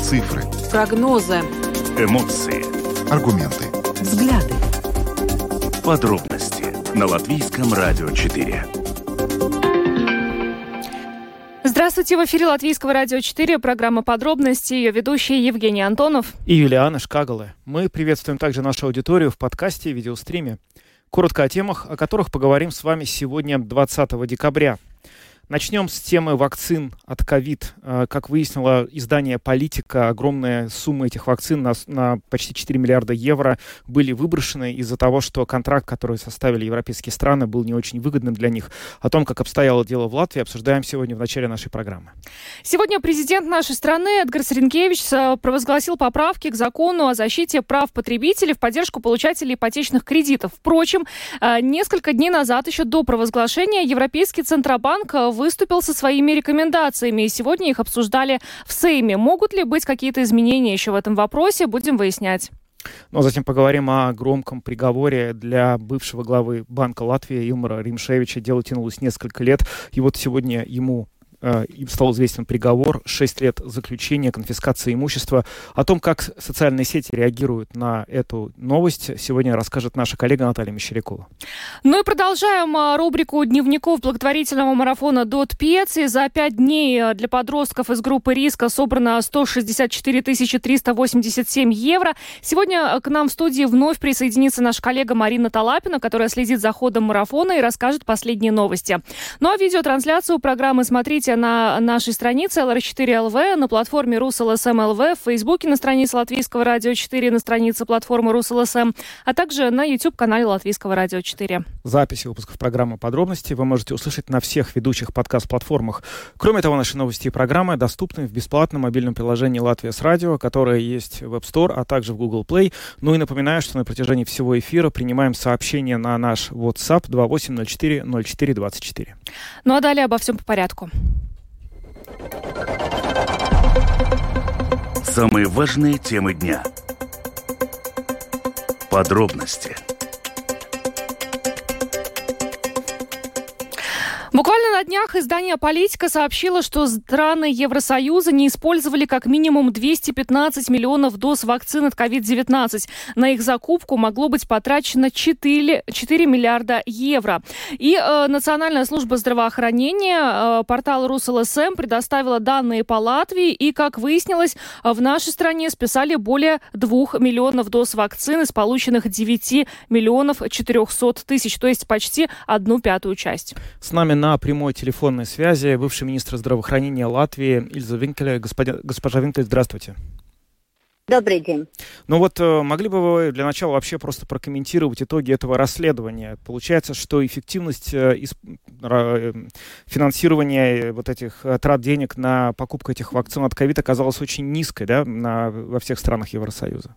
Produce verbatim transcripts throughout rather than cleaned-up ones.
Цифры. Прогнозы. Эмоции. Аргументы. Взгляды. Подробности на Латвийском радио четыре. Здравствуйте, в эфире Латвийского радио четыре, программа «Подробности», ее ведущие Евгений Антонов и Юлиана Шкагала. Мы приветствуем также нашу аудиторию в подкасте и видеостриме. Коротко о темах, о которых поговорим с вами сегодня, двадцатого декабря. Начнем с темы вакцин от ковид. Как выяснило издание «Политика», огромные суммы этих вакцин на, на почти четыре миллиарда евро были выброшены из-за того, что контракт, который составили европейские страны, был не очень выгодным для них. О том, как обстояло дело в Латвии, обсуждаем сегодня в начале нашей программы. Сегодня президент нашей страны Эдгарс Ринкевичс провозгласил поправки к закону о защите прав потребителей в поддержку получателей ипотечных кредитов. Впрочем, несколько дней назад, еще до провозглашения, Европейский Центробанк выступил со своими рекомендациями, и сегодня их обсуждали в Сейме. Могут ли быть какие-то изменения еще в этом вопросе? Будем выяснять. Ну а затем поговорим о громком приговоре для бывшего главы Банка Латвии Илмара Римшевича. Дело тянулось несколько лет, и вот сегодня ему и стал известен приговор, шесть лет заключения, конфискации имущества. О том, как социальные сети реагируют на эту новость, сегодня расскажет наша коллега Наталья Мещерякова. Ну и продолжаем рубрику дневников благотворительного марафона «Дот Пьеци». За пять дней для подростков из группы риска собрано сто шестьдесят четыре тысячи триста восемьдесят семь евро. Сегодня к нам в студии вновь присоединится наша коллега Марина Талапина, которая следит за ходом марафона и расскажет последние новости. Ну а видеотрансляцию программы смотрите на нашей странице эл эр четыре эл ви, на платформе РусЛСМ эл ви, в Фейсбуке на странице Латвийского радио четыре, на странице платформы РусЛСМ, а также на YouTube-канале Латвийского радио четыре. Записи выпусков программы «Подробности» вы можете услышать на всех ведущих подкаст-платформах. Кроме того, наши новости и программы доступны в бесплатном мобильном приложении «Латвия с радио», которое есть в App Store, а также в Google Play. Ну и напоминаю, что на протяжении всего эфира принимаем сообщения на наш WhatsApp два восемь ноль четыре ноль четыре двадцать четыре. Ну а далее обо всем по порядку. Самые важные темы дня. Подробности. Буквально на днях издание «Политика» сообщило, что страны Евросоюза не использовали как минимум двести пятнадцать миллионов доз вакцин от ковид девятнадцать. На их закупку могло быть потрачено четыре миллиарда евро. И э, Национальная служба здравоохранения, э, портал РусЛСМ предоставила данные по Латвии. И, как выяснилось, в нашей стране списали более двух миллионов доз вакцин из полученных девяти миллионов четырехсот тысяч, то есть почти одну пятую часть. С нами на прямой телефонной связи бывший министр здравоохранения Латвии Ильза Винкеле. Господи, госпожа Винкеле, здравствуйте. Добрый день. Ну вот могли бы вы для начала вообще просто прокомментировать итоги этого расследования? Получается, что эффективность финансирования вот этих трат денег на покупку этих вакцин от ковид оказалась очень низкой, да, на, во всех странах Евросоюза?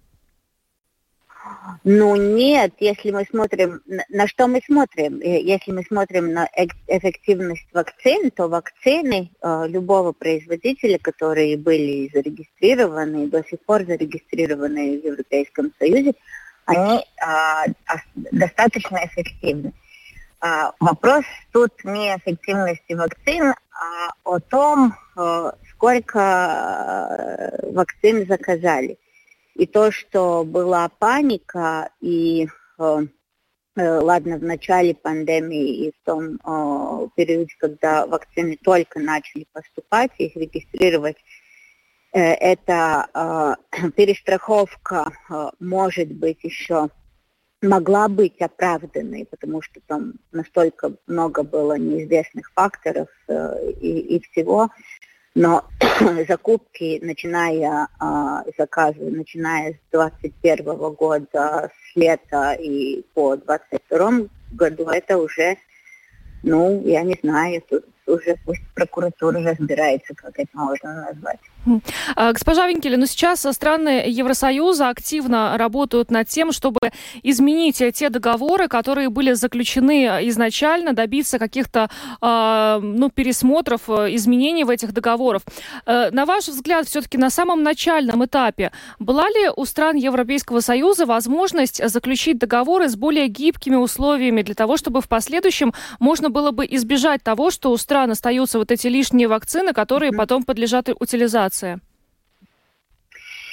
Ну нет, если мы смотрим, на что мы смотрим? Если мы смотрим на эффективность вакцин, то вакцины э, любого производителя, которые были зарегистрированы, до сих пор зарегистрированы в Европейском Союзе, они э, достаточно эффективны. Э, вопрос тут не эффективности вакцин, а о том, э, сколько э, вакцин заказали. И то, что была паника, и, э, э, ладно, в начале пандемии и в том э, периоде, когда вакцины только начали поступать, их регистрировать, э, эта э, перестраховка, э, может быть, еще могла быть оправданной, потому что там настолько много было неизвестных факторов э, и, и всего. Но закупки, начиная а, заказы, начиная с двадцать первого года, с лета и по двадцать второму году, это уже, ну, я не знаю, тут уже пусть прокуратура разбирается, как это можно назвать. Госпожа Винкеле, ну сейчас страны Евросоюза активно работают над тем, чтобы изменить те договоры, которые были заключены изначально, добиться каких-то э, ну, пересмотров, изменений в этих договорах. Э, на ваш взгляд, все-таки на самом начальном этапе была ли у стран Европейского Союза возможность заключить договоры с более гибкими условиями для того, чтобы в последующем можно было бы избежать того, что у стран остаются вот эти лишние вакцины, которые потом подлежат утилизации?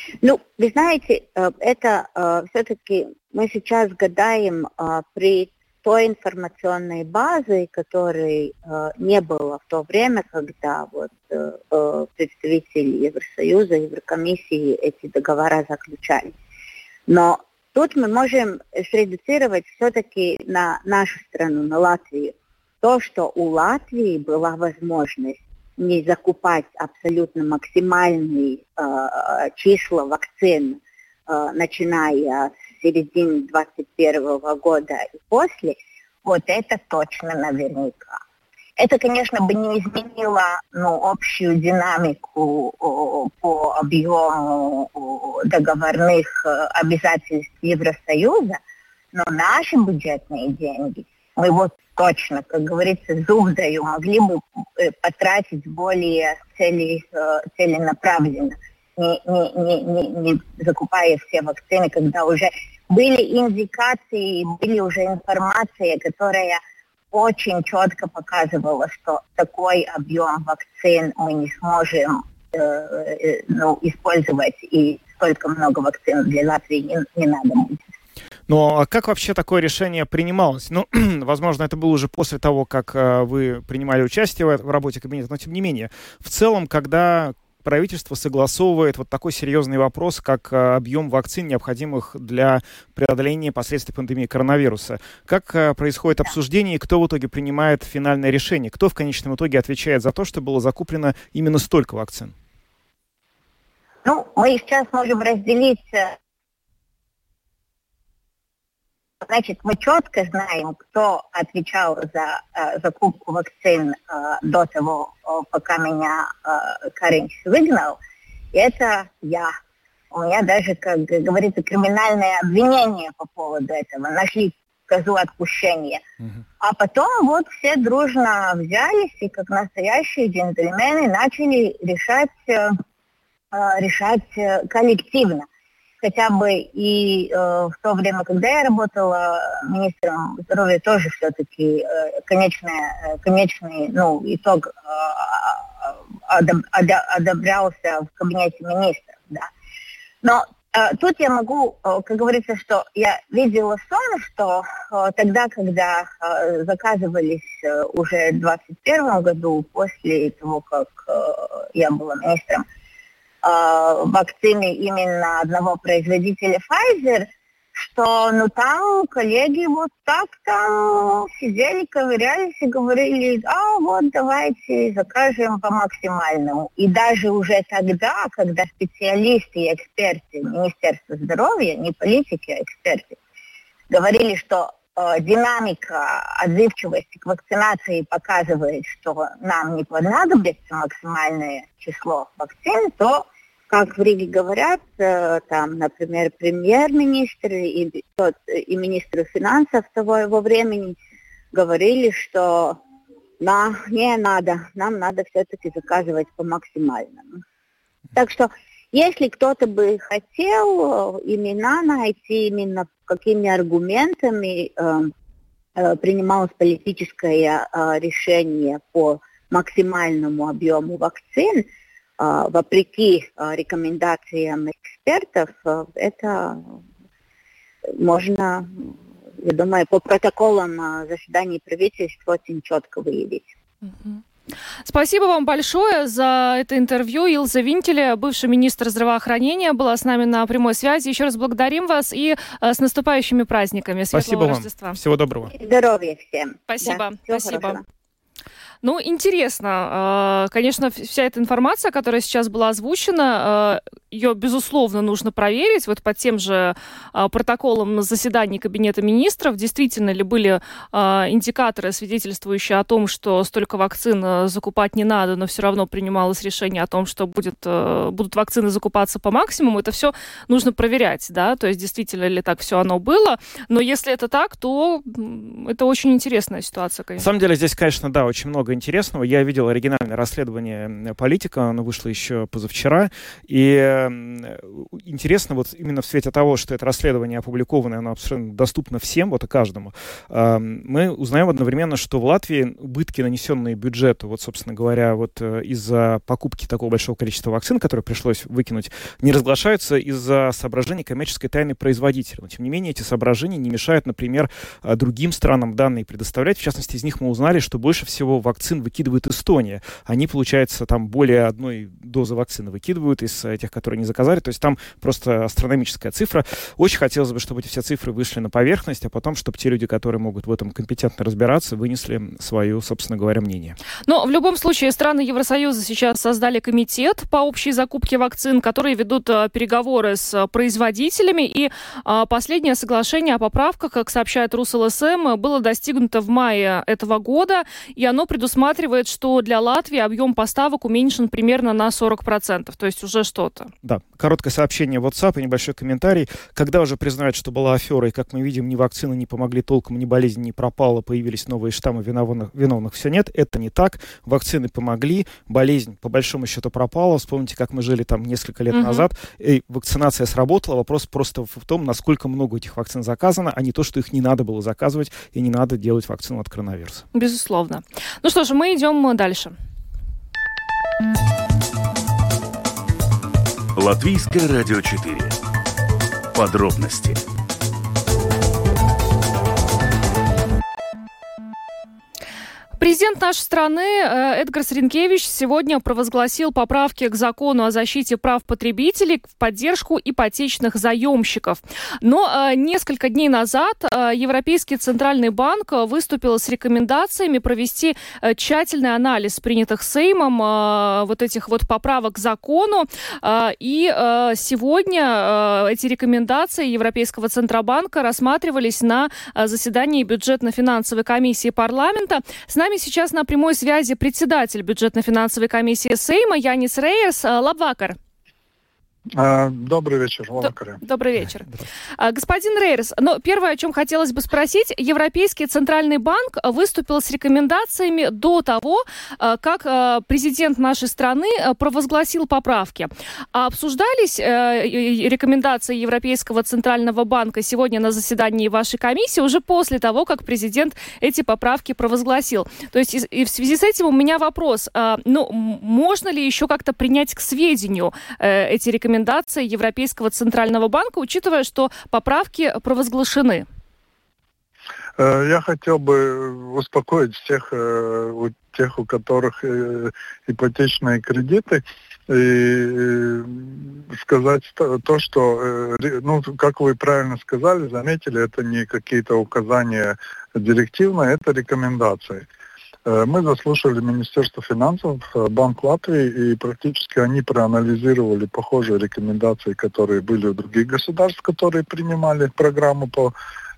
Ну, вы знаете, это все-таки мы сейчас гадаем при той информационной базе, которой не было в то время, когда вот представители Евросоюза, Еврокомиссии эти договора заключали. Но тут мы можем средуцировать все-таки на нашу страну, на Латвию. То, что у Латвии была возможность не закупать абсолютно максимальные э, числа вакцин, э, начиная с середины двадцать первого года и после, вот это точно наверняка. Это, конечно, бы не изменило ну, общую динамику о, по объему о, договорных обязательств Евросоюза, но наши бюджетные деньги мы вот точно, как говорится, зуб даю, могли бы потратить более цели, целенаправленно, не, не, не, не, не закупая все вакцины, когда уже были индикации, были уже информация, которая очень четко показывала, что такой объем вакцин мы не сможем э, ну, использовать, и столько много вакцин для Латвии не, не надо будет. Но как вообще такое решение принималось? Ну, возможно, это было уже после того, как э, вы принимали участие в, в работе кабинета, но тем не менее, в целом, когда правительство согласовывает вот такой серьезный вопрос, как э, объем вакцин, необходимых для преодоления последствий пандемии коронавируса, как э, происходит обсуждение и кто в итоге принимает финальное решение? Кто в конечном итоге отвечает за то, что было закуплено именно столько вакцин? Ну, мы сейчас можем разделить. Значит, мы четко знаем, кто отвечал за э, закупку вакцин э, до того, э, пока меня э, Каринч выгнал. И это я. У меня даже, как говорится, криминальное обвинение по поводу этого. Нашли козу отпущения. Uh-huh. А потом вот все дружно взялись и, как настоящие джентльмены, начали решать, э, решать э, коллективно. Хотя бы и э, в то время, когда я работала министром здоровья, тоже все-таки э, конечный, конечный ну, итог э, одоб, одоб, одобрялся в кабинете министров. Да. Но э, тут я могу, э, как говорится, что я видела сон, что э, тогда, когда э, заказывались э, уже в двадцать первом году, после того, как э, я была министром, вакцины именно одного производителя Pfizer, что ну там коллеги вот так там сидели, ковырялись и говорили, а вот давайте закажем по максимальному. И даже уже тогда, когда специалисты и эксперты Министерства здоровья, не политики, а эксперты, говорили, что э, динамика отзывчивости к вакцинации показывает, что нам не понадобится максимальное число вакцин, то, как в Риге говорят, э, там, например, премьер-министр и, тот, и министр финансов того времени говорили, что на, не надо, нам надо все-таки заказывать по максимальному. Так что, если кто-то бы хотел имена найти, именно какими аргументами э, э, принималось политическое э, решение по максимальному объему вакцин, Uh, вопреки uh, рекомендациям экспертов, uh, это можно, я думаю, по протоколам uh, заседаний правительства очень четко выявить. Uh-huh. Спасибо вам большое за это интервью. Илза Винтеле, бывший министр здравоохранения, была с нами на прямой связи. Еще раз благодарим вас и uh, с наступающими праздниками. Светлого Спасибо вам. Рождества. Всего доброго. Здоровья всем. Спасибо. Да, Спасибо. Хорошего. Ну, интересно. Конечно, вся эта информация, которая сейчас была озвучена, ее, безусловно, нужно проверить. Вот по тем же протоколам заседаний Кабинета министров, действительно ли были индикаторы, свидетельствующие о том, что столько вакцин закупать не надо, но все равно принималось решение о том, что будет, будут вакцины закупаться по максимуму. Это все нужно проверять, да, то есть действительно ли так все оно было. Но если это так, то это очень интересная ситуация, конечно. На самом деле здесь, конечно, да, очень много много интересного. Я видел оригинальное расследование «Политика», оно вышло еще позавчера. И интересно, вот именно в свете того, что это расследование опубликованное, оно абсолютно доступно всем, вот и каждому, мы узнаем одновременно, что в Латвии убытки, нанесенные бюджету, вот, собственно говоря, вот из-за покупки такого большого количества вакцин, которые пришлось выкинуть, не разглашаются из-за соображений коммерческой тайны производителя. Но, тем не менее, эти соображения не мешают, например, другим странам данные предоставлять. В частности, из них мы узнали, что больше всего вакцин выкидывает Эстония. Они, получается, там более одной дозы вакцины выкидывают из тех, которые не заказали. То есть там просто астрономическая цифра. Очень хотелось бы, чтобы эти все цифры вышли на поверхность, а потом, чтобы те люди, которые могут в этом компетентно разбираться, вынесли свое, собственно говоря, мнение. Но в любом случае страны Евросоюза сейчас создали комитет по общей закупке вакцин, которые ведут а, переговоры с производителями. И а, последнее соглашение о поправках, как сообщает РусЛСМ, было достигнуто в мае этого года. И оно предусматривает, что для Латвии объем поставок уменьшен примерно на сорок процентов. То есть уже что-то. Да. Короткое сообщение в WhatsApp и небольшой комментарий. Когда уже признают, что была афера, и, как мы видим, ни вакцины не помогли толком, ни болезнь не пропала, появились новые штаммы, виновных, виновных все нет. Это не так. Вакцины помогли, болезнь по большому счету пропала. Вспомните, как мы жили там несколько лет uh-huh. назад. И вакцинация сработала. Вопрос просто в том, насколько много этих вакцин заказано, а не то, что их не надо было заказывать и не надо делать вакцину от коронавируса. Безусловно. Ну что ж, мы идем дальше. Латвийское радио четыре. Подробности. Президент нашей страны Эдгарс Ринкевич сегодня провозгласил поправки к закону о защите прав потребителей в поддержку ипотечных заемщиков. Но э, несколько дней назад э, Европейский Центральный банк выступил с рекомендациями провести э, тщательный анализ принятых Сеймом э, вот этих вот поправок к закону. Э, и э, сегодня э, эти рекомендации Европейского Центробанка рассматривались на э, заседании бюджетно-финансовой комиссии парламента. С нами сейчас на прямой связи председатель бюджетно-финансовой комиссии Сейма Янис Рейерс. Лабвакар. Добрый вечер, Лавакаре. Добрый вечер. Господин Рейерс, ну, первое, о чем хотелось бы спросить. Европейский Центральный банк выступил с рекомендациями до того, как президент нашей страны провозгласил поправки. А обсуждались рекомендации Европейского Центрального банка сегодня на заседании вашей комиссии уже после того, как президент эти поправки провозгласил? То есть и в связи с этим у меня вопрос. Ну, можно ли еще как-то принять к сведению эти рекомендации Европейского Центрального банка, учитывая, что поправки провозглашены? Я хотел бы успокоить всех, у тех, у которых ипотечные кредиты, и сказать то, что, ну, как вы правильно сказали, заметили, это не какие-то указания директивные, это рекомендации. Мы заслушали Министерство финансов, Банк Латвии, и практически они проанализировали похожие рекомендации, которые были у других государств, которые принимали программу по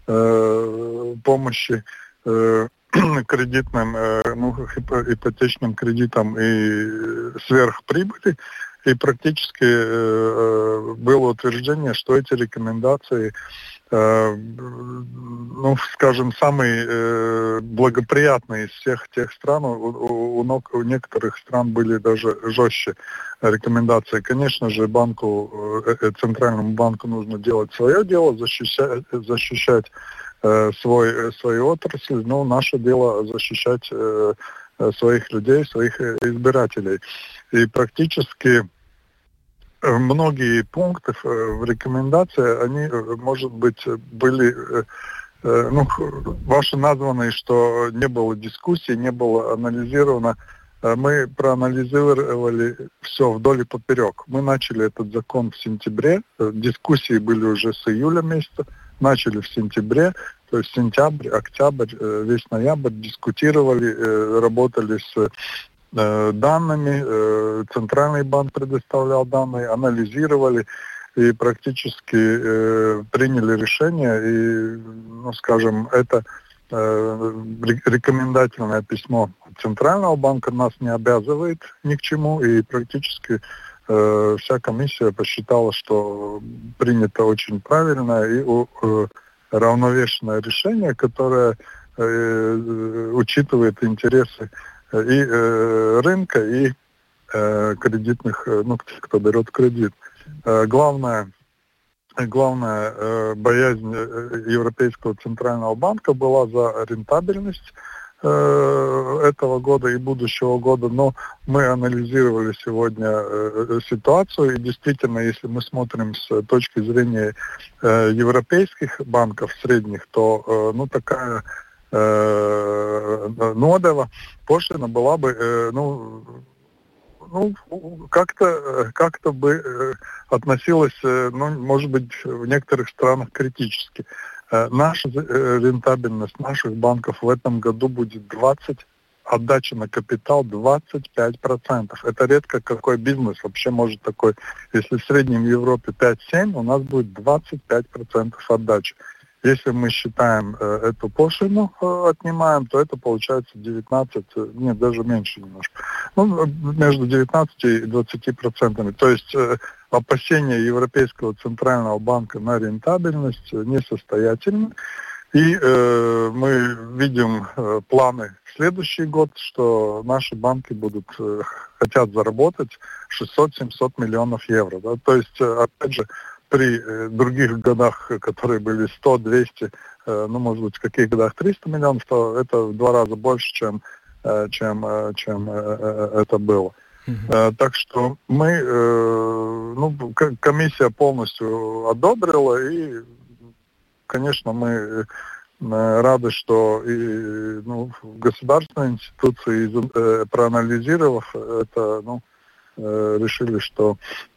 э, помощи э, кредитным, э, ну, ипотечным кредитам и сверхприбыли. И практически э, было утверждение, что эти рекомендации, э, ну, скажем, самые э, благоприятные из всех тех стран. У, у, у некоторых стран были даже жестче рекомендации. Конечно же, банку, э, Центральному банку нужно делать свое дело, защищать, защищать э, свой, свою отрасль, но наше дело защищать э, своих людей, своих избирателей. И практически многие пункты в рекомендации, они, может быть, были, ну, ваши названные, что не было дискуссий, не было анализировано. Мы проанализировали все вдоль и поперек. Мы начали этот закон в сентябре, дискуссии были уже с июля месяца, начали в сентябре, то есть сентябрь, октябрь, весь ноябрь дискутировали, работали с данными, Центральный банк предоставлял данные, анализировали и практически э, приняли решение. И, ну, скажем, это э, рекомендательное письмо Центрального банка нас не обязывает ни к чему, и практически э, вся комиссия посчитала, что принято очень правильное и э, равновешенное решение, которое э, учитывает интересы и э, рынка, и э, кредитных, ну, тех, кто берет кредит. Э, главное, главная э, боязнь Европейского центрального банка была за рентабельность этого года и будущего года, но мы анализировали сегодня э, ситуацию, и действительно, если мы смотрим с точки зрения э, европейских банков средних, то э, ну, такая э, нодова пошлина была бы э, ну, ну, как-то, как-то бы э, относилась, э, ну, может быть, в некоторых странах критически. Наша рентабельность наших банков в этом году будет двадцать, отдача на капитал двадцать пять процентов. Это редко какой бизнес вообще может такой. Если в среднем в Европе пять-семь, у нас будет двадцать пять процентов отдачи. Если мы считаем э, эту пошлину, э, отнимаем, то это получается девятнадцать, нет, даже меньше немножко. Ну, между девятнадцатью и двадцатью процентами. То есть э, опасения Европейского центрального банка на рентабельность несостоятельны. И э, мы видим э, планы в следующий год, что наши банки будут, э, хотят заработать шестьсот-семьсот миллионов евро. Да? То есть, э, опять же, при э, других годах, которые были сто-двести, э, ну, может быть, в каких годах триста миллионов, то это в два раза больше, чем, э, чем, э, чем э, это было. Mm-hmm. Э, так что мы, э, ну, к- комиссия полностью одобрила, и, конечно, мы э, рады, что и, ну, государственные институции, э, проанализировав это, ну, э, решили, что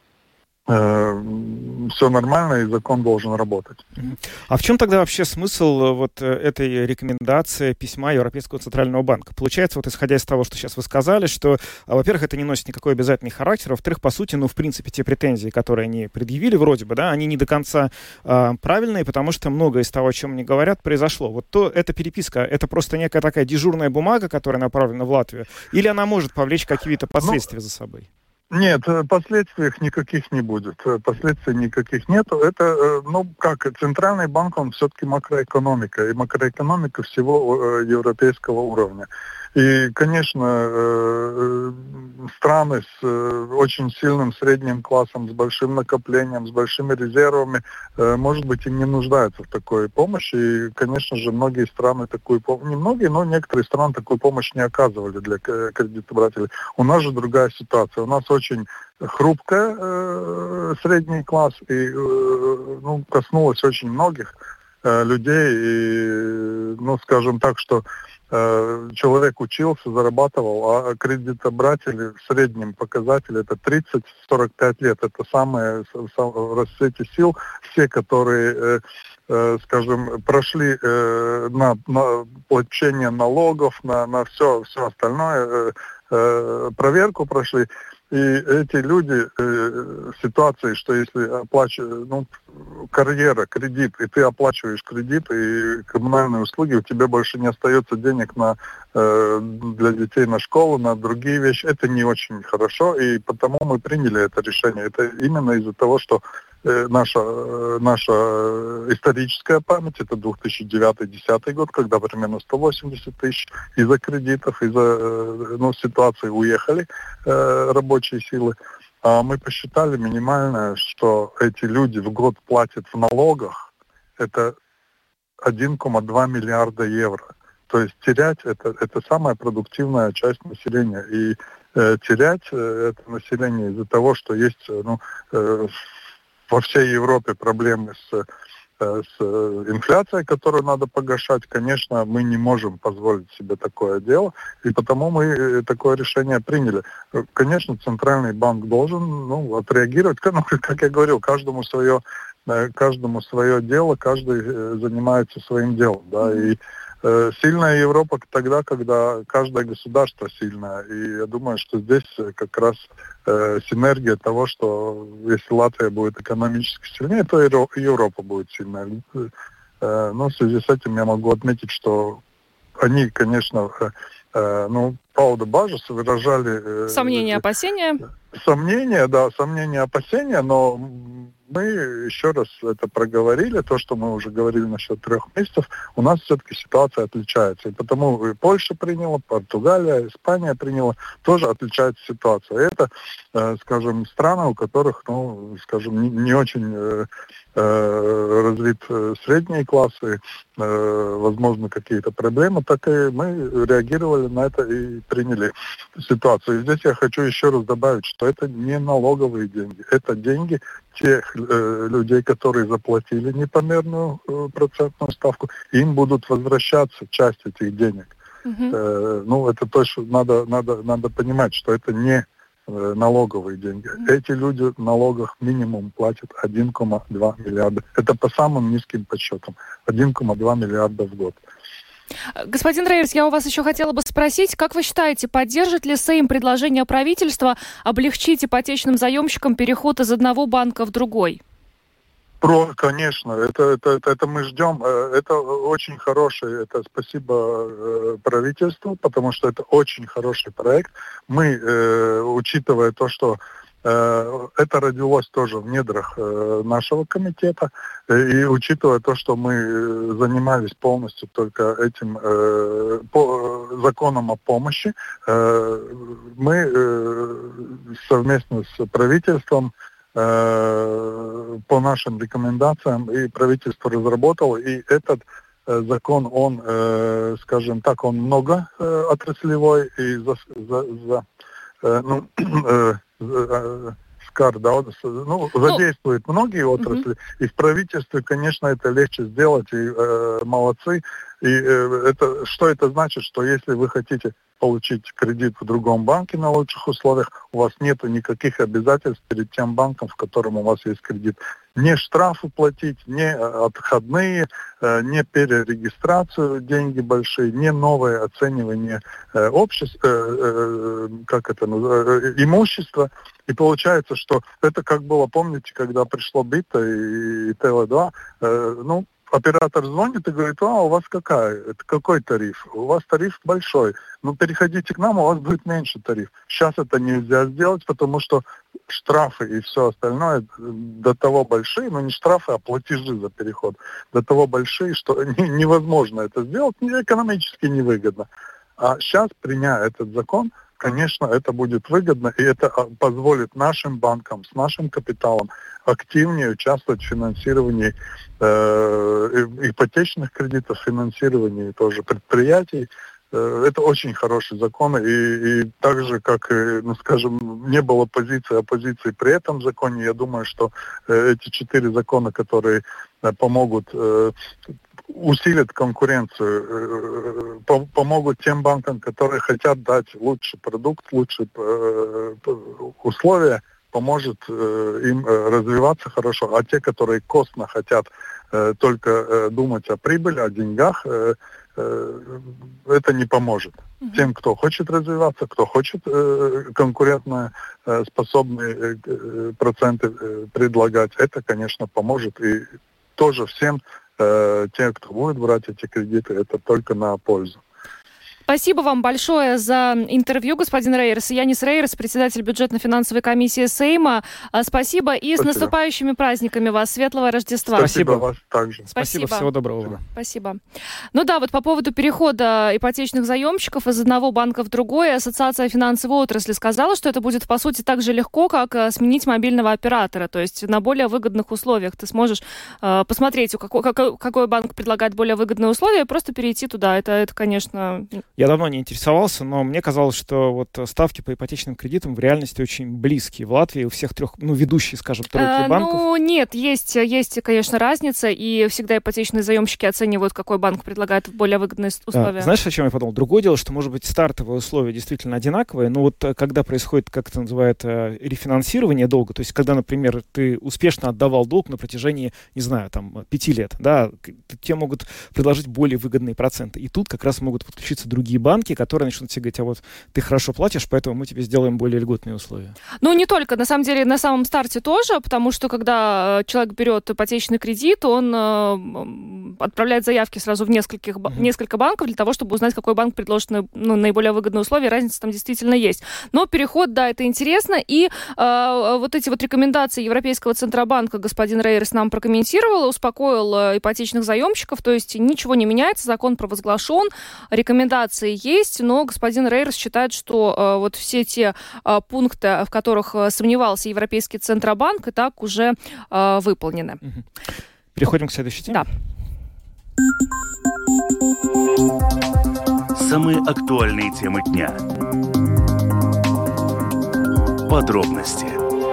все нормально, и закон должен работать. А в чем тогда вообще смысл вот этой рекомендации письма Европейского центрального банка? Получается, вот исходя из того, что сейчас вы сказали, что, во-первых, это не носит никакой обязательный характер, а во-вторых, по сути, ну, в принципе, те претензии, которые они предъявили вроде бы, да, они не до конца а, правильные, потому что многое из того, о чем они говорят, произошло. Вот то, эта переписка, это просто некая такая дежурная бумага, которая направлена в Латвию, или она может повлечь какие-то последствия ну, за собой? Нет, последствий никаких не будет. Последствий никаких нету. Это, ну, как, Центральный банк, он все-таки макроэкономика, и макроэкономика всего европейского уровня. И, конечно, страны с очень сильным средним классом, с большим накоплением, с большими резервами, может быть, и не нуждаются в такой помощи. И, конечно же, многие страны такую помощь, не многие, но некоторые страны такую помощь не оказывали для кредитодателей. У нас же другая ситуация. У нас очень хрупкая э, средний класс, и э, ну, коснулась очень многих э, людей. И, ну, скажем так, что человек учился, зарабатывал, а кредитобратели в среднем показателе это тридцать-сорок пять лет. Это самые в расцвете сил. Все, которые, скажем, прошли на, на получение налогов, на, на все, все остальное, проверку прошли. И эти люди э, в ситуации, что если оплачиваешь, ну, карьера, кредит, и ты оплачиваешь кредит и коммунальные услуги, у тебя больше не остается денег на, э, для детей на школу, на другие вещи, это не очень хорошо, и потому мы приняли это решение. Это именно из-за того, что э, наша, э, наша историческая память, это две тысячи девятый — две тысячи десятый год, когда примерно сто восемьдесят тысяч из-за кредитов, из-за э, ну, ситуации уехали э, рабочие силы. А мы посчитали минимальное, что эти люди в год платят в налогах, это один целых два миллиарда евро. То есть терять это, это самая продуктивная часть населения. И э, терять э, это население из-за того, что есть ну, э, во всей Европе проблемы с с инфляцией, которую надо погашать, конечно, мы не можем позволить себе такое дело, и потому мы такое решение приняли. Конечно, Центральный банк должен ну, отреагировать, ну, как я говорил, каждому свое, каждому свое дело, каждый занимается своим делом, да, и э, сильная Европа тогда, когда каждое государство сильное, и я думаю, что здесь как раз э, синергия того, что если Латвия будет экономически сильнее, то и Европа будет сильная. Э, но в связи с этим я могу отметить, что они, конечно, э, э, ну, Пауда Бажес выражали... Э, сомнения, опасения? Сомнения, да, сомнения, опасения, но мы еще раз это проговорили, то, что мы уже говорили насчет трех месяцев, у нас все-таки ситуация отличается. И потому и Польша приняла, Португалия, Испания приняла, тоже отличается ситуация. Это, э, скажем, страны, у которых, ну, скажем, не, не очень э, э, развит э, средние классы, э, возможно, какие-то проблемы, так и мы реагировали на это и приняли ситуацию. И здесь я хочу еще раз добавить, что это не налоговые деньги, это деньги тех э, людей, которые заплатили непомерную э, процентную ставку, им будут возвращаться часть этих денег. Uh-huh. Э, ну, это точно надо, надо, надо понимать, что это не э, налоговые деньги. Uh-huh. Эти люди в налогах минимум платят один целых два миллиарда. Это по самым низким подсчетам. один целых два миллиарда в год. Господин Рейерс, я у вас еще хотела бы спросить, как вы считаете, поддержит ли Сейм предложение правительства облегчить ипотечным заемщикам переход из одного банка в другой? Про, конечно, это, это, это, это мы ждем. Это очень хороший, это спасибо правительству, потому что это очень хороший проект. Мы, учитывая то, что это родилось тоже в недрах нашего комитета. И учитывая то, что мы занимались полностью только этим по, законом о помощи, мы совместно с правительством по нашим рекомендациям и правительство разработало, и этот закон, он, скажем так, он много отраслевой и за, за, за ну, СКАР, да, ну, задействует многие отрасли, uh-huh. и в правительстве, конечно, это легче сделать, и э, молодцы. И э, это, что это значит, что если вы хотите получить кредит в другом банке на лучших условиях, у вас нет никаких обязательств перед тем банком, в котором у вас есть кредит. Не штрафы платить, не отходные, не перерегистрацию, деньги большие, не новое оценивание общества, как это называется, имущества. И получается, что это как было, помните, когда пришло Бита и Теле два, ну, оператор звонит и говорит: а, у вас какая? Это какой тариф? У вас тариф большой. Ну, переходите к нам, у вас будет меньше тариф. Сейчас это нельзя сделать, потому что штрафы и все остальное до того большие, но не штрафы, а платежи за переход, до того большие, что невозможно это сделать, экономически невыгодно. А сейчас, приняв этот закон, конечно, это будет выгодно, и это позволит нашим банкам с нашим капиталом активнее участвовать в финансировании э, ипотечных кредитов, финансировании тоже предприятий. Э, это очень хороший закон, и, и так же, как, ну, скажем, не было позиции оппозиции при этом законе, я думаю, что э, эти четыре закона, которые э, помогут э, усилят конкуренцию, помогут тем банкам, которые хотят дать лучший продукт, лучшие условия, поможет им развиваться хорошо. А те, которые костно хотят только думать о прибыли, о деньгах, это не поможет. Mm-hmm. Тем, кто хочет развиваться, кто хочет конкурентно способные проценты предлагать, это, конечно, поможет. И тоже всем те, кто будет брать эти кредиты, это только на пользу. Спасибо вам большое за интервью, господин Рейерс. Янис Рейерс, председатель бюджетно-финансовой комиссии Сейма. Спасибо и Спасибо. С наступающими праздниками вас. Светлого Рождества. Спасибо вас также. Спасибо. Спасибо. Всего доброго. Спасибо. Ну да, вот по поводу перехода ипотечных заемщиков из одного банка в другой, Ассоциация финансовой отрасли сказала, что это будет, по сути, так же легко, как сменить мобильного оператора. То есть на более выгодных условиях ты сможешь э, посмотреть, какой, какой, какой банк предлагает более выгодные условия, и просто перейти туда. Это, это конечно... Я давно не интересовался, но мне казалось, что вот ставки по ипотечным кредитам в реальности очень близкие. В Латвии у всех трех, ну, ведущие, скажем, тройки банков. Ну, нет, есть, есть, конечно, разница, и всегда ипотечные заемщики оценивают, какой банк предлагает более выгодные условия. А, знаешь, о чем я подумал? Другое дело, что, может быть, стартовые условия действительно одинаковые, но вот когда происходит, как это называют, рефинансирование долга, то есть когда, например, ты успешно отдавал долг на протяжении, не знаю, там, пяти лет, да, тебе могут предложить более выгодные проценты, и тут как раз могут подключиться другие другие банки, которые начнут тебе говорить, а вот ты хорошо платишь, поэтому мы тебе сделаем более льготные условия. Ну, не только. На самом деле, на самом старте тоже, потому что, когда человек берет ипотечный кредит, он э, отправляет заявки сразу в нескольких, uh-huh. несколько банков для того, чтобы узнать, какой банк предложит ну, наиболее выгодные условия. Разница там действительно есть. Но переход, да, это интересно. И э, вот эти вот рекомендации Европейского Центробанка господин Рейерс нам прокомментировал, успокоил э, ипотечных заемщиков, то есть ничего не меняется, закон провозглашен, рекомендации есть, но господин Рейерс считает, что э, вот все те э, пункты, в которых э, сомневался Европейский Центробанк, и так уже э, выполнены. Угу. Переходим к следующей теме. Да. Самые актуальные темы дня. Подробности.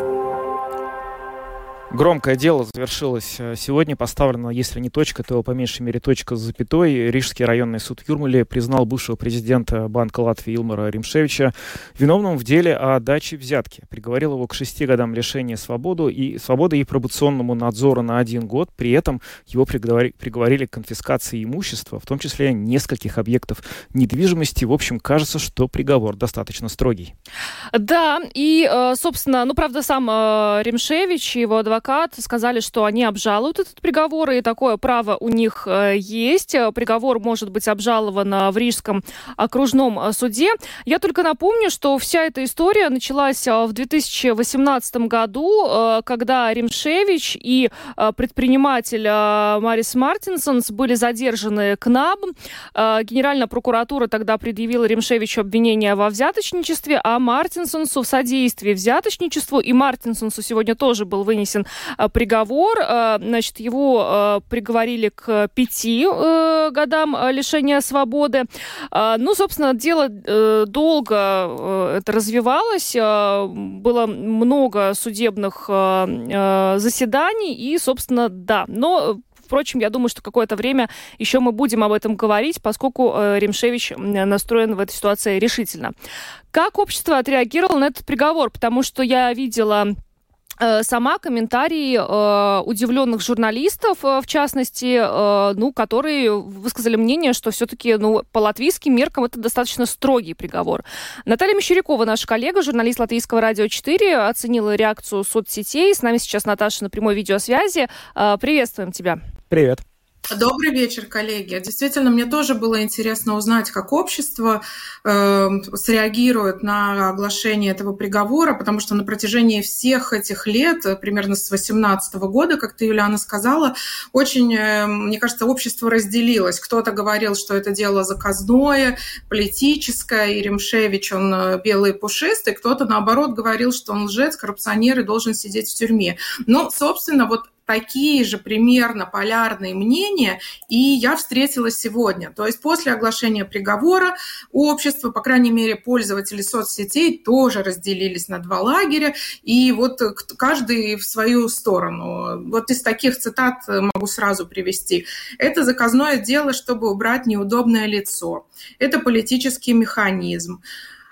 Громкое дело завершилось сегодня. Поставлена, если не точка, то по меньшей мере точка с запятой. Рижский районный суд в Юрмале признал бывшего президента Банка Латвии Илмара Римшевича виновным в деле о даче взятки. Приговорил его к шести годам лишения свободы и, свободы и пробационному надзору на один год. При этом его приговори, приговорили к конфискации имущества, в том числе нескольких объектов недвижимости. В общем, кажется, что приговор достаточно строгий. Да, и, собственно, ну, правда, сам Римшевич и его адвокат сказали, что они обжалуют этот приговор, и такое право у них есть. Приговор может быть обжалован в Рижском окружном суде. Я только напомню, что вся эта история началась в две тысячи восемнадцатом году, когда Римшевич и предприниматель Марис Мартинсонс были задержаны КНАБ. Генеральная прокуратура тогда предъявила Римшевичу обвинение во взяточничестве, а Мартинсонсу в содействии взяточничеству. И Мартинсонсу сегодня тоже был вынесен приговор. Значит, его приговорили к пяти годам лишения свободы. Ну, собственно, дело долго это развивалось. Было много судебных заседаний и, собственно, да. Но впрочем, я думаю, что какое-то время еще мы будем об этом говорить, поскольку Римшевич настроен в этой ситуации решительно. Как общество отреагировало на этот приговор? Потому что я видела сама комментарии э, удивленных журналистов, э, в частности, э, ну, которые высказали мнение, что все-таки ну, по латвийским меркам это достаточно строгий приговор. Наталья Мещерякова, наша коллега, журналист Латвийского радио четыре, оценила реакцию соцсетей. С нами сейчас Наташа на прямой видеосвязи. Э, приветствуем тебя. Привет. Добрый вечер, коллеги. Действительно, мне тоже было интересно узнать, как общество э, среагирует на оглашение этого приговора, потому что на протяжении всех этих лет, примерно с восемнадцатого года, как ты, Юлиана, сказала, очень, э, мне кажется, общество разделилось. Кто-то говорил, что это дело заказное, политическое, и Римшевич, он белый и пушистый, кто-то, наоборот, говорил, что он лжец, коррупционер и должен сидеть в тюрьме. Ну, собственно, вот такие же примерно полярные мнения и я встретила сегодня. То есть после оглашения приговора общество, по крайней мере, пользователи соцсетей тоже разделились на два лагеря, и вот каждый в свою сторону. Вот из таких цитат могу сразу привести. Это заказное дело, чтобы убрать неудобное лицо. Это политический механизм.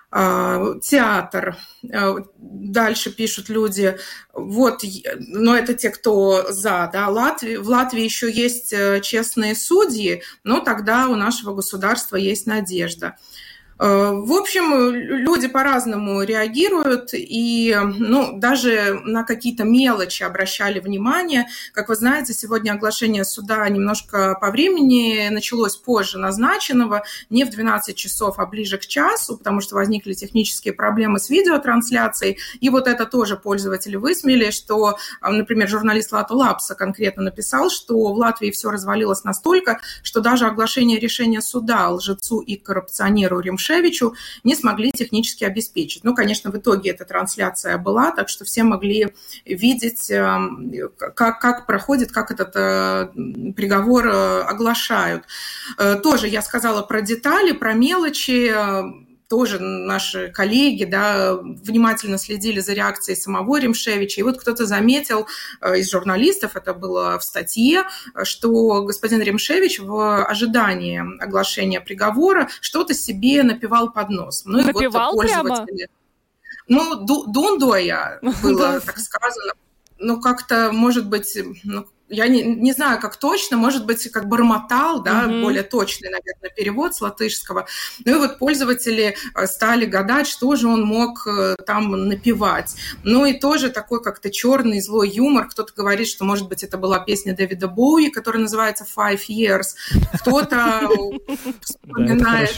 Театр. Дальше пишут люди, вот, но это те, кто за, да, Латвии, в Латвии еще есть честные судьи, но тогда у нашего государства есть надежда. В общем, люди по-разному реагируют и ну, даже на какие-то мелочи обращали внимание. Как вы знаете, сегодня оглашение суда немножко по времени началось позже назначенного, не в двенадцать часов, а ближе к часу, потому что возникли технические проблемы с видеотрансляцией. И вот это тоже пользователи высмеяли, что, например, журналист Лату Лапса конкретно написал, что в Латвии все развалилось настолько, что даже оглашение решения суда лжецу и коррупционеру Римшевичу не смогли технически обеспечить. Ну, конечно, в итоге эта трансляция была, так что все могли видеть, как, как проходит, как этот приговор оглашают. Тоже я сказала про детали, про мелочи. Тоже наши коллеги, да, внимательно следили за реакцией самого Римшевича. И вот кто-то заметил из журналистов, это было в статье, что господин Римшевич в ожидании оглашения приговора что-то себе напевал под нос. Ну, напевал и вот пользователи... прямо? Ну, дундоя было так сказано. Ну, как-то, может быть... Ну, я не, не знаю, как точно, может быть, как бормотал, да, mm-hmm. более точный, наверное, перевод с латышского. Ну и вот пользователи стали гадать, что же он мог там напевать. Ну и тоже такой как-то черный злой юмор. Кто-то говорит, что, может быть, это была песня Дэвида Боуи, которая называется «Five Years». Кто-то вспоминает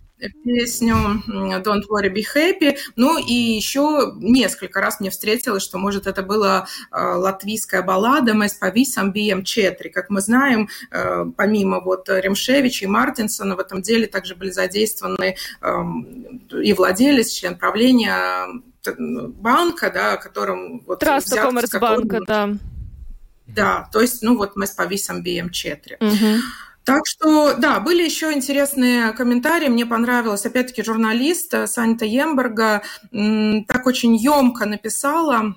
песню «Don't worry, be happy». Ну и еще несколько раз мне встретилось, что, может, это была э, латвийская баллада «Mēs pavisam bijam četri». Как мы знаем, э, помимо вот Ремшевича и Мартинсона, в этом деле также были задействованы э, и владелец, член правления банка, да, о котором... Вот, Траста Коммерцбанка, да. Да, то есть, ну вот «Mēs pavisam bijam četri». Угу. Так что, да, были еще интересные комментарии. Мне понравилось, опять-таки, журналист Санита Емберга так очень емко написала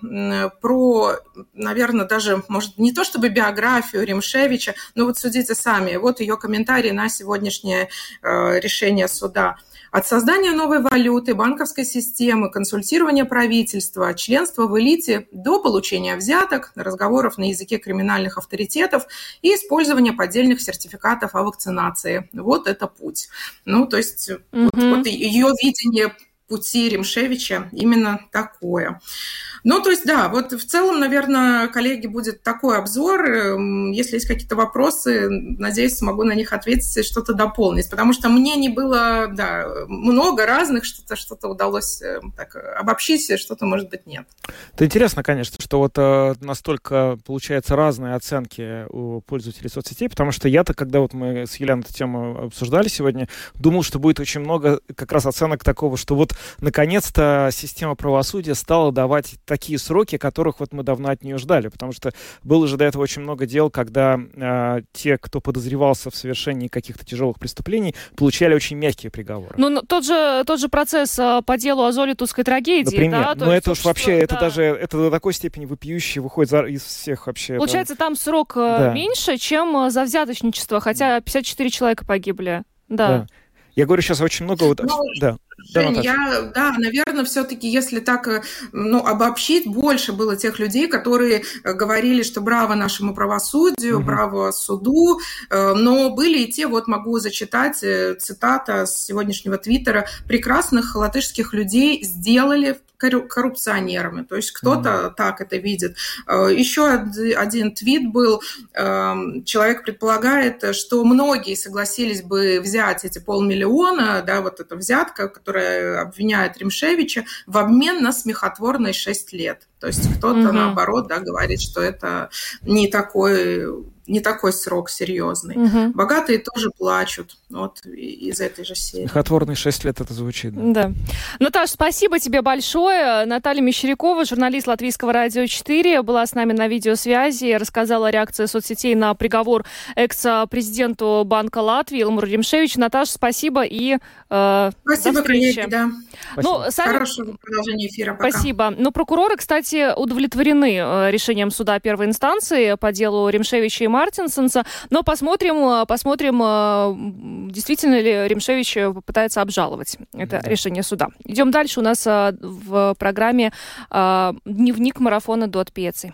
про, наверное, даже, может, не то чтобы биографию Ремшевича, но вот судите сами. Вот ее комментарий на сегодняшнее решение суда. От создания новой валюты, банковской системы, консультирования правительства, членства в элите до получения взяток, разговоров на языке криминальных авторитетов и использования поддельных сертификатов о вакцинации. Вот это путь. Ну, то есть mm-hmm. вот, вот ее видение пути Ремшевича именно такое. Ну, то есть, да, вот в целом, наверное, коллеги, будет такой обзор. Если есть какие-то вопросы, надеюсь, смогу на них ответить и что-то дополнить. Потому что мне не было, да, много разных, что-то, что-то удалось так обобщить, что-то, может быть, нет. Это интересно, конечно, что вот э, настолько, получается, разные оценки у пользователей соцсетей, потому что я-то, когда вот мы с Еленой эту тему обсуждали сегодня, думал, что будет очень много как раз оценок такого, что вот, наконец-то, система правосудия стала давать такие сроки, которых вот мы давно от нее ждали, потому что было же до этого очень много дел, когда э, те, кто подозревался в совершении каких-то тяжелых преступлений, получали очень мягкие приговоры. Ну, тот же, тот же процесс э, по делу о Золитовской трагедии, например, да? Но это уж вообще, что, это да. даже, это до такой степени вопиюще выходит за, из всех вообще. Получается, там, там срок да. меньше, чем за взяточничество, хотя пятьдесят четыре человека погибли. Да. да. Я говорю сейчас очень много... Вот, ну, да. Жень, да, я, да, наверное, все-таки, если так, ну, обобщить, больше было тех людей, которые говорили, что браво нашему правосудию, угу. браво суду, но были и те, вот могу зачитать цитата с сегодняшнего твиттера, прекрасных латышских людей сделали коррупционерами. То есть кто-то mm-hmm. так это видит. Еще один твит был. Человек предполагает, что многие согласились бы взять эти полмиллиона, да, вот эта взятка, которая обвиняет Ремшевича, в обмен на смехотворные шесть лет. То есть кто-то, mm-hmm. наоборот, да, говорит, что это не такой... не такой срок серьезный. Угу. Богатые тоже плачут. Вот из этой же серии. Смехотворные шесть лет это звучит. Да. Наташ, спасибо тебе большое. Наталья Мещерякова, журналист Латвийского радио четыре, была с нами на видеосвязи, рассказала о реакции соцсетей на приговор экс-президенту Банка Латвии Илмару Ремшевичу. Наташа, спасибо и э, спасибо, до встречи. Коллеги, да. Ну, сами... Хорошего продолжения эфира. Пока. Спасибо. Но прокуроры, кстати, удовлетворены решением суда первой инстанции по делу Ремшевича и Мартинсонса. Но посмотрим, посмотрим, действительно ли Ремшевич попытается обжаловать это да. решение суда. Идем дальше. У нас в программе «Дневник марафона Дот Пиеци».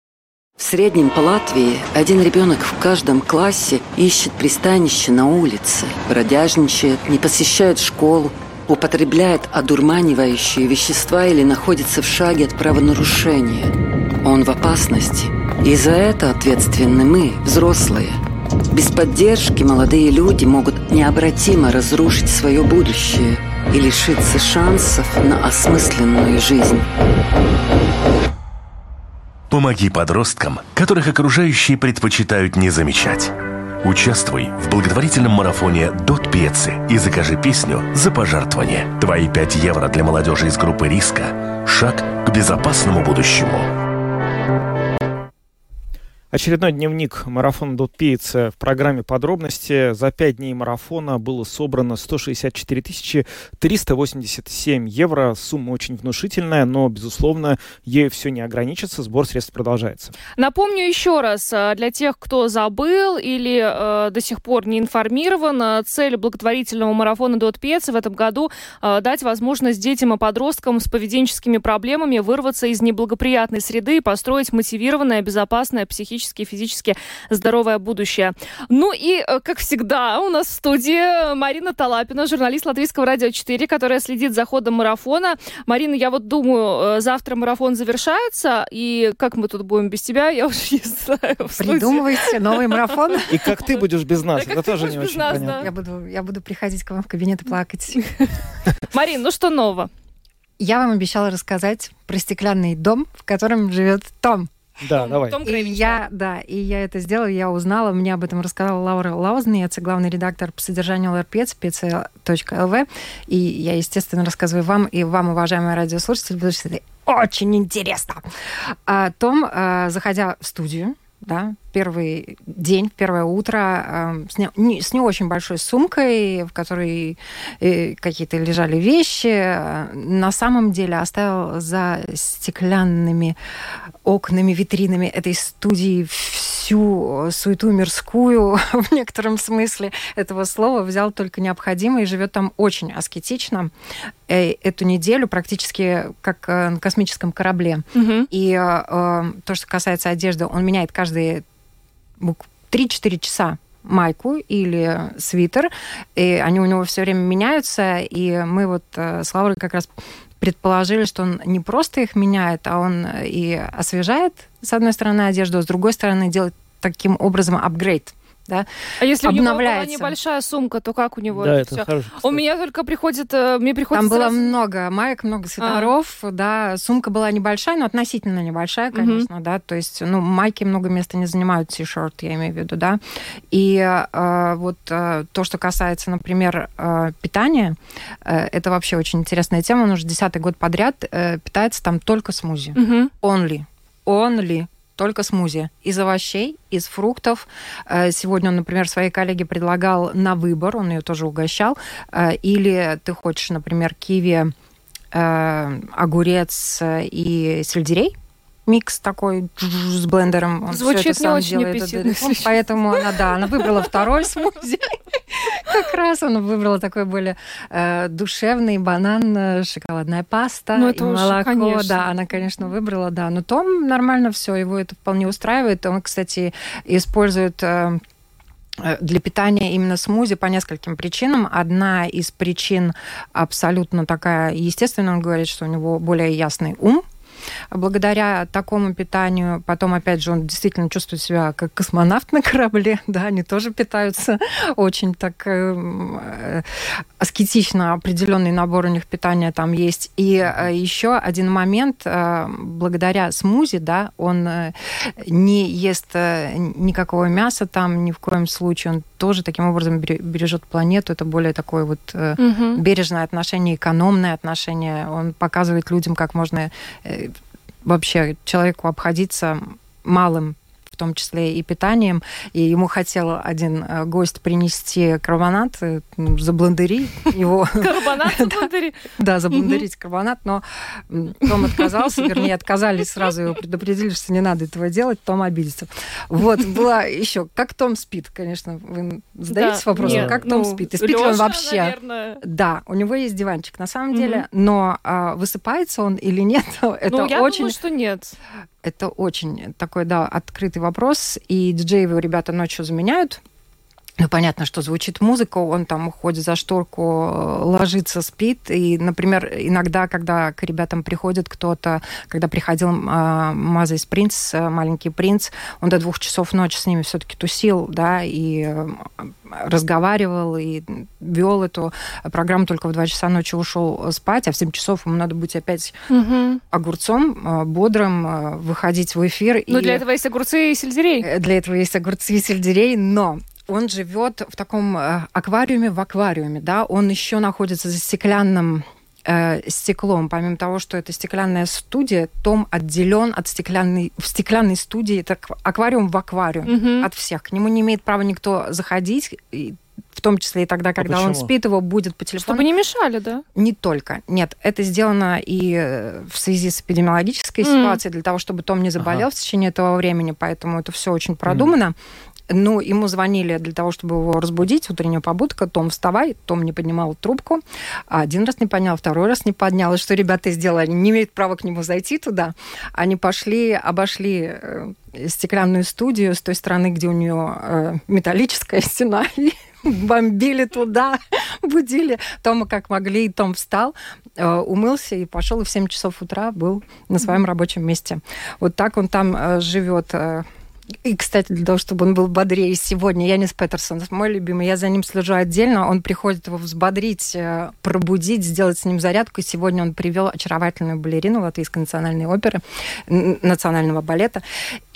В среднем по Латвии один ребенок в каждом классе ищет пристанище на улице, бродяжничает, не посещает школу, употребляет одурманивающие вещества или находится в шаге от правонарушения. Он в опасности. И за это ответственны мы, взрослые. Без поддержки молодые люди могут необратимо разрушить свое будущее и лишиться шансов на осмысленную жизнь. Помоги подросткам, которых окружающие предпочитают не замечать. Участвуй в благотворительном марафоне «Дот Пиеци» и закажи песню за пожертвование. Твои пять евро для молодежи из группы риска – шаг к безопасному будущему. Очередной дневник марафона Дот Пиеци в программе «Подробности». За пять дней марафона было собрано сто шестьдесят четыре тысячи триста восемьдесят семь евро. Сумма очень внушительная, но, безусловно, ею все не ограничится. Сбор средств продолжается. Напомню еще раз, для тех, кто забыл или э, до сих пор не информирован, цель благотворительного марафона Дот Пиеци в этом году э, дать возможность детям и подросткам с поведенческими проблемами вырваться из неблагоприятной среды и построить мотивированное, безопасное, психически психологически и физически здоровое будущее. Ну и, как всегда, у нас в студии Марина Талапина, журналист Латвийского радио четыре, которая следит за ходом марафона. Марина, я вот думаю, завтра марафон завершается, и как мы тут будем без тебя, я уже не знаю. Придумывайте новый марафон. И как ты будешь без нас? Это тоже не очень понятно. Я буду, я буду приходить к вам в кабинет и плакать. Марин, ну что нового? Я вам обещала рассказать про стеклянный дом, в котором живет Том. Да, давай. Том и я, да, и я это сделала, я узнала, мне об этом рассказала Лаура Лаузнец, главный редактор по содержанию ЛРПЕЦ, пи си эл точка эл ви, и я, естественно, рассказываю вам и вам, уважаемые радиослушатели, потому что это очень интересно. А, Том, а, заходя в студию, да, первый день, первое утро э, с, не, не, с не очень большой сумкой, в которой э, какие-то лежали вещи, э, на самом деле оставил за стеклянными окнами, витринами этой студии всю суету мирскую, в некотором смысле этого слова, взял только необходимое и живет там очень аскетично. Э, эту неделю практически как э, на космическом корабле. Mm-hmm. И э, то, что касается одежды, он меняет каждые три-четыре часа майку или свитер, и они у него все время меняются, и мы вот с Лаурой как раз предположили, что он не просто их меняет, а он и освежает, с одной стороны, одежду, а с другой стороны делает таким образом апгрейд. Да, а если у него была небольшая сумка, то как у него да, это, это все? У меня только приходит... Мне приходит Там сразу... было много маек, много свитеров, а. да. Сумка была небольшая, но относительно небольшая, конечно, угу. да. То есть, ну, майки много места не занимают, ти-шорт, я имею в виду, да. И э, вот э, то, что касается, например, э, питания, э, это вообще очень интересная тема. Он уже десятый год подряд э, питается там только смузи. Угу. Only. Only. Только смузи. Из овощей, из фруктов. Сегодня он, например, своей коллеге предлагал на выбор, он ее тоже угощал. Или ты хочешь, например, киви, огурец и сельдерей. Микс такой с блендером. Он звучит не очень аппетитно. Поэтому она, да, она выбрала второй смузи. Как раз она выбрала такой более э, душевный банан, шоколадная паста ну, и молоко. Конечно. Да, она, конечно, выбрала, да. Но Том нормально все, его это вполне устраивает. Он, кстати, использует... Э, для питания именно смузи по нескольким причинам. Одна из причин абсолютно такая естественная. Он говорит, что у него более ясный ум. Благодаря такому питанию, потом, опять же, он действительно чувствует себя как космонавт на корабле, да, они тоже питаются очень так э, аскетично, определенный набор у них питания там есть. И э, еще один момент, э, благодаря смузи, да, он э, не ест э, никакого мяса там ни в коем случае, он тоже таким образом бережет планету, это более такое вот э, угу. бережное отношение, экономное отношение, он показывает людям, как можно э, вообще человеку обходиться малым, в том числе и питанием. И ему хотел один гость принести карбонат, заблендерить его. Карбонат заблендерить? Да, заблендерить карбонат, но Том отказался, вернее, отказались сразу, его предупредили, что не надо этого делать, Том обидится. Вот, была еще, как Том спит, конечно, вы задаетесь вопросом, как Том спит? И спит ли он вообще? Да, у него есть диванчик, на самом деле, но высыпается он или нет, это очень... Ну, я думаю, что нет. Это очень такой, да, открытый вопрос. И диджеи его ребята ночью заменяют. Ну, понятно, что звучит музыка, он там уходит за шторку, ложится, спит. И, например, иногда, когда к ребятам приходит кто-то, когда приходил э, Мазайс принц, маленький принц, он до двух часов ночи с ними все-таки тусил, да, и э, разговаривал, и вел эту программу, только в два часа ночи ушел спать, а в семь часов ему надо быть опять угу. огурцом, э, бодрым, э, выходить в эфир. Но и... для этого есть огурцы и сельдерей. Для этого есть огурцы и сельдерей, но... Он живет в таком э, аквариуме в аквариуме, да, он еще находится за стеклянным э, стеклом. Помимо того, что это стеклянная студия, Том отделен от стеклянной, в стеклянной студии, это аквариум в аквариуме mm-hmm. от всех. К нему не имеет права никто заходить, и, в том числе и тогда, когда а он спит, его будет по телефону. Чтобы не мешали, да? Не только. Нет, это сделано и в связи с эпидемиологической mm. ситуацией, для того, чтобы Том не заболел ага. в течение этого времени, поэтому это все очень продумано. Mm. Ну, ему звонили для того, чтобы его разбудить, утренняя побудка, Том, вставай. Том не поднимал трубку. Один раз не поднял, второй раз не поднял. И что ребята сделали? Они не имеют права к нему зайти туда. Они пошли, обошли стеклянную студию с той стороны, где у нее металлическая стена, и бомбили туда, будили Тома как могли. И Том встал, умылся и пошел, и в семь часов утра был на своем рабочем месте. Вот так он там живет. И, кстати, для того, чтобы он был бодрее сегодня, Янис Петерсон, мой любимый, я за ним слежу отдельно, он приходит его взбодрить, пробудить, сделать с ним зарядку, и сегодня он привел очаровательную балерину Латвийской национальной оперы, национального балета,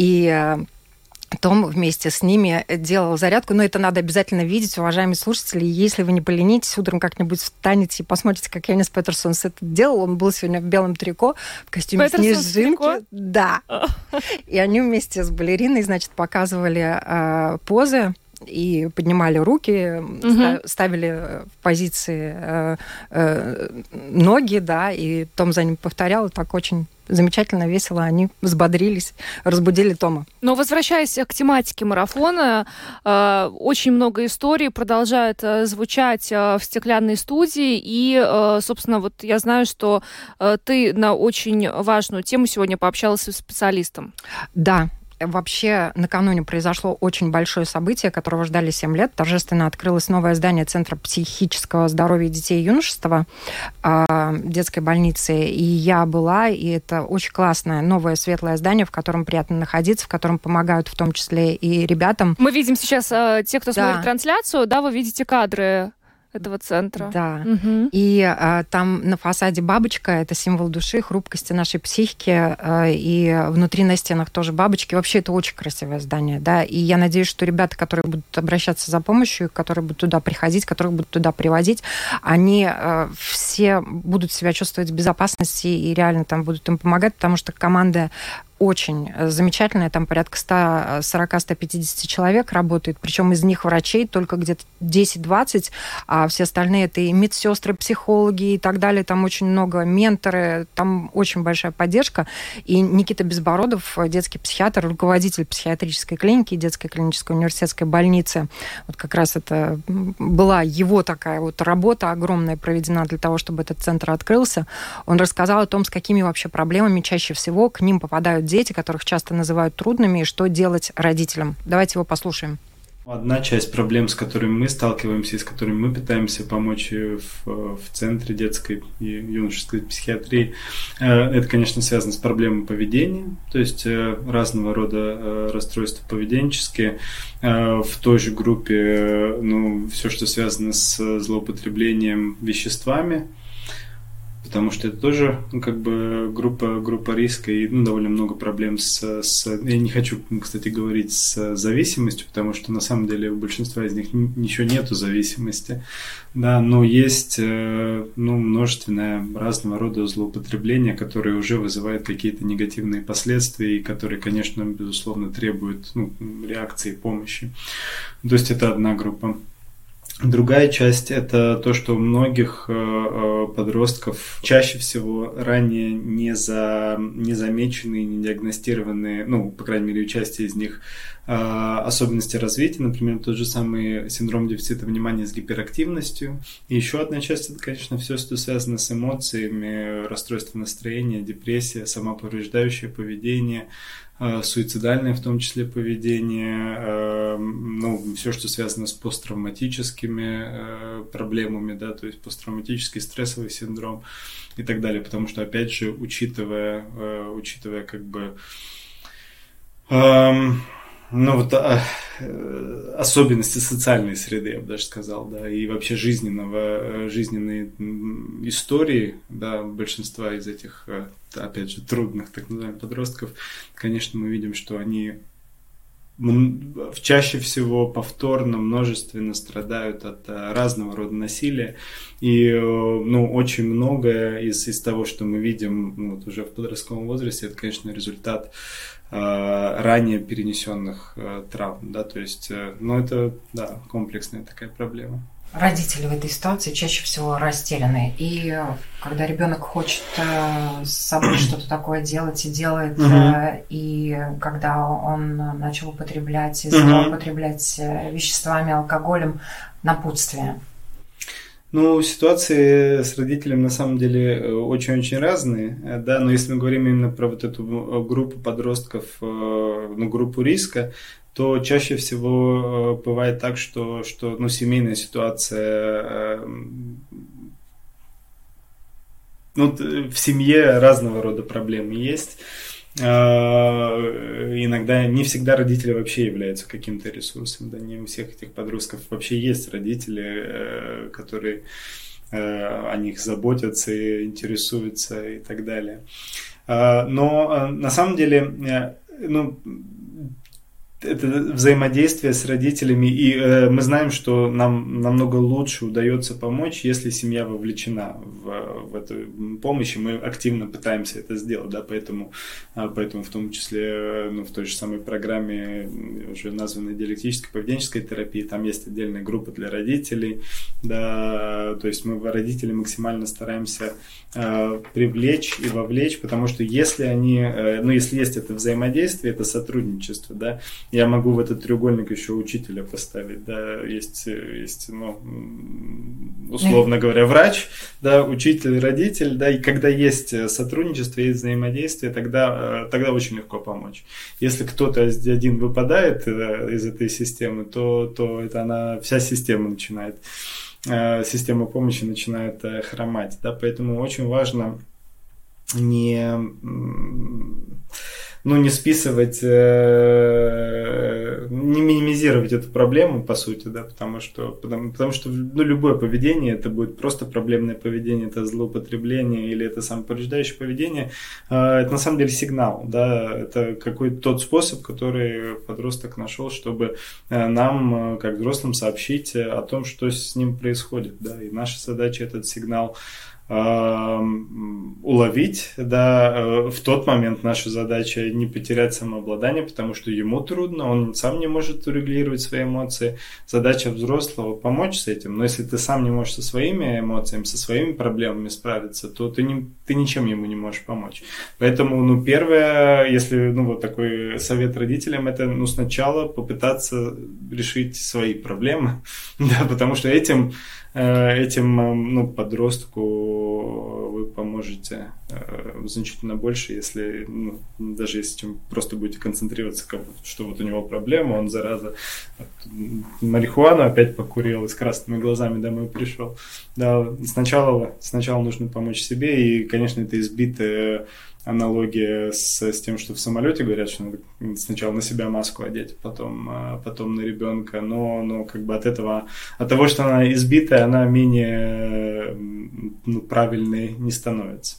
и Том вместе с ними делал зарядку, но это надо обязательно видеть, уважаемые слушатели. Если вы не поленитесь, утром как-нибудь встанете и посмотрите, как Янис Петерсон это делал. Он был сегодня в белом трико, в костюме Петерсон снежинки. Трико? Да. И они вместе с балериной, значит, показывали э, позы и поднимали руки, угу. ставили в позиции э, э, ноги, да, и Том за ним повторял, так очень замечательно, весело, они взбодрились, разбудили Тома. Но возвращаясь к тематике марафона, э, очень много историй продолжают э, звучать э, в стеклянной студии, и, э, собственно, вот я знаю, что э, ты на очень важную тему сегодня пообщалась с специалистом. Да. Вообще, накануне произошло очень большое событие, которого ждали семь лет. Торжественно открылось новое здание Центра психического здоровья детей и юношества детской больницы. И я была, и это очень классное новое светлое здание, в котором приятно находиться, в котором помогают в том числе и ребятам. Мы видим сейчас, те, кто да. смотрит трансляцию, да, вы видите кадры этого центра. Да. Угу. И а, там на фасаде бабочка, это символ души, хрупкости нашей психики, а, и внутри на стенах тоже бабочки. Вообще это очень красивое здание, да, и я надеюсь, что ребята, которые будут обращаться за помощью, которые будут туда приходить, которых будут туда приводить, они а, все будут себя чувствовать в безопасности и реально там будут им помогать, потому что команда очень замечательная, там порядка сто сорок - сто пятьдесят человек работает, причем из них врачей только где-то десять-двадцать, а все остальные это и медсестры, психологи и так далее, там очень много менторы, там очень большая поддержка. И Никита Безбородов, детский психиатр, руководитель психиатрической клиники, детской клинической университетской больницы, вот как раз это была его такая вот работа огромная проведена для того, чтобы этот центр открылся. Он рассказал о том, с какими вообще проблемами чаще всего к ним попадают дети, которых часто называют трудными, и что делать родителям. Давайте его послушаем. Одна часть проблем, с которыми мы сталкиваемся и с которыми мы пытаемся помочь в, в Центре детской и юношеской психиатрии, это, конечно, связано с проблемой поведения, то есть разного рода расстройства поведенческие. В той же группе, ну, все, что связано с злоупотреблением веществами, потому что это тоже, ну, как бы группа, группа риска и, ну, довольно много проблем с, с... Я не хочу, кстати, говорить с зависимостью, потому что на самом деле у большинства из них ничего нету зависимости, да, но есть, ну, множественное разного рода злоупотребления, которые уже вызывают какие-то негативные последствия и которые, конечно, безусловно, требуют, ну, реакции, помощи. То есть это одна группа. Другая часть – это то, что у многих подростков чаще всего ранее не, за, не замеченные, не диагностированные, ну, по крайней мере, у части из них особенности развития, например, тот же самый синдром дефицита внимания с гиперактивностью. И еще одна часть – это, конечно, все, что связано с эмоциями, расстройство настроения, депрессия, самоповреждающее поведение, суицидальное в том числе поведение, ну, все, что связано с посттравматическими проблемами, да, то есть посттравматический стрессовый синдром и так далее, потому что, опять же, учитывая, учитывая как бы, эм, ну, вот а, особенности социальной среды, я бы даже сказал, да, и вообще жизненного, жизненной истории, да, большинства из этих, опять же, трудных, так называемых, подростков, конечно, мы видим, что они чаще всего повторно, множественно страдают от разного рода насилия. И, ну, очень многое из, из того, что мы видим, ну, вот уже в подростковом возрасте, это, конечно, результат э, ранее перенесенных э, травм, да, то есть, э, ну, это, да, комплексная такая проблема. родители в этой ситуации чаще всего растеряны. И когда ребенок хочет с собой что-то такое делать и делает, uh-huh. и когда он начал употреблять и злоупотреблять uh-huh. веществами, алкоголем, напутствие. Ну, ситуации с родителями на самом деле очень-очень разные, да, но если мы говорим именно про вот эту группу подростков, ну, группу риска, то чаще всего бывает так, что, что ну, семейная ситуация, ну, в семье разного рода проблемы есть. Иногда не всегда родители вообще являются каким-то ресурсом, да, не у всех этих подростков вообще есть родители, которые о них заботятся, интересуются и так далее. Но на самом деле, ну, это взаимодействие с родителями, и э, мы знаем, что нам намного лучше удается помочь, если семья вовлечена в, в эту помощь, и мы активно пытаемся это сделать, да, поэтому, поэтому в том числе, ну, в той же самой программе, уже названной диалектической поведенческой терапии, там есть отдельная группа для родителей, да, то есть мы родителей максимально стараемся э, привлечь и вовлечь, потому что если они, э, ну, если есть это взаимодействие, это сотрудничество, да, я могу в этот треугольник еще учителя поставить, да, есть, есть, ну, условно говоря, врач, да, учитель, родитель, да, и когда есть сотрудничество, есть взаимодействие, тогда, тогда очень легко помочь. Если кто-то один выпадает из этой системы, то, то это она, вся система начинает, система помощи начинает хромать, да, поэтому очень важно не... ну, не списывать, не минимизировать эту проблему, по сути, да, потому что, потому, потому что ну, любое поведение, это будет просто проблемное поведение, это злоупотребление или это самоповреждающее поведение, это на самом деле сигнал, да, это какой-то тот способ, который подросток нашел, чтобы нам, как взрослым, сообщить о том, что с ним происходит, да, и наша задача этот сигнал уловить, да, в тот момент наша задача не потерять самообладание, потому что ему трудно, он сам не может урегулировать свои эмоции. Задача взрослого помочь с этим, но если ты сам не можешь со своими эмоциями, со своими проблемами справиться, то ты, не, ты ничем ему не можешь помочь. Поэтому, ну, первое, если, ну, вот такой совет родителям, это, ну, сначала попытаться решить свои проблемы, да, потому что этим Этим, ну, подростку вы поможете значительно больше, если, ну, даже если чем просто будете концентрироваться, что вот у него проблема, он, зараза, марихуану опять покурил и с красными глазами домой пришел. Да, сначала, сначала нужно помочь себе, и, конечно, это избитое аналогия с, с тем, что в самолете говорят, что надо сначала на себя маску одеть, потом, потом на ребенка, но, но как бы от этого, от того, что она избитая, она менее, ну, правильной не становится.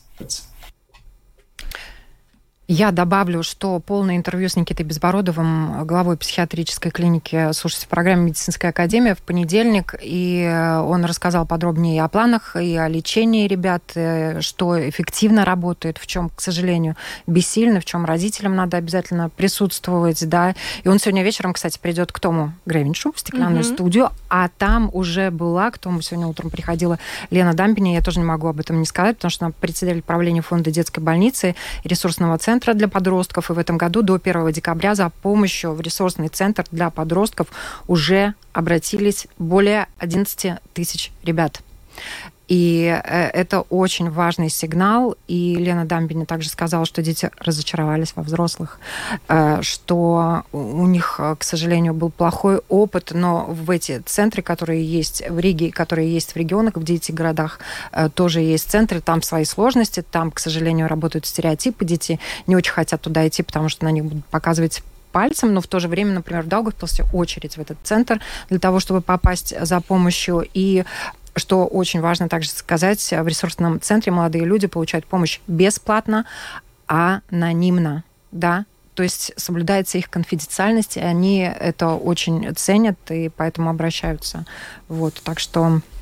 Я добавлю, что полное интервью с Никитой Безбородовым, главой психиатрической клиники, слушайте в программе «Медицинская академия» в понедельник, и он рассказал подробнее о планах и о лечении ребят, что эффективно работает, в чем, к сожалению, бессильно, в чем родителям надо обязательно присутствовать, да. И он сегодня вечером, кстати, придет к Тому Гревиншу в стеклянную mm-hmm. студию, а там уже была, к Тому сегодня утром приходила Лена Дамбиня, я тоже не могу об этом не сказать, потому что она председатель правления фонда детской больницы и ресурсного центра для подростков, и в этом году до первого декабря за помощью в ресурсный центр для подростков уже обратились более одиннадцать тысяч ребят. И это очень важный сигнал. И Лена Дамбиня также сказала, что дети разочаровались во взрослых, что у них, к сожалению, был плохой опыт, но в эти центры, которые есть в Риге, которые есть в регионах, в девяти городах, тоже есть центры, там свои сложности, там, к сожалению, работают стереотипы, дети не очень хотят туда идти, потому что на них будут показывать пальцем, но в то же время, например, в Даугавпилсе очередь в этот центр для того, чтобы попасть за помощью. И что очень важно также сказать, в ресурсном центре молодые люди получают помощь бесплатно, анонимно, да, то есть соблюдается их конфиденциальность, и они это очень ценят, и поэтому обращаются. Вот, так что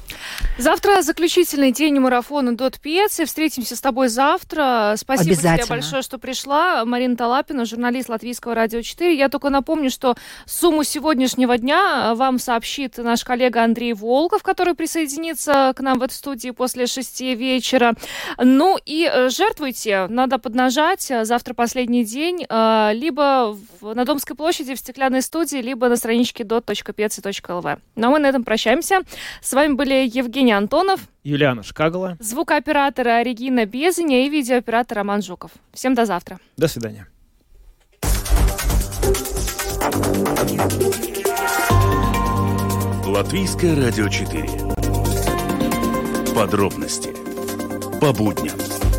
Завтра заключительный день марафона Дот Пьецы. Встретимся с тобой завтра. Спасибо тебе большое, что пришла. Марина Талапина, журналист Латвийского радио четыре. Я только напомню, что сумму сегодняшнего дня вам сообщит наш коллега Андрей Волков, который присоединится к нам в этой студии после шести вечера. Ну и жертвуйте, надо поднажать. Завтра последний день. Либо на Домской площади в стеклянной студии, либо на страничке дот точка пецы точка эл ви. Ну а мы на этом прощаемся. С вами были Евгений Антонов, Юлиана Шкагала, звукооператора Регина Безеня и видеооператор Роман Жуков. Всем до завтра. До свидания. Латвийское радио четыре. Подробности по будням.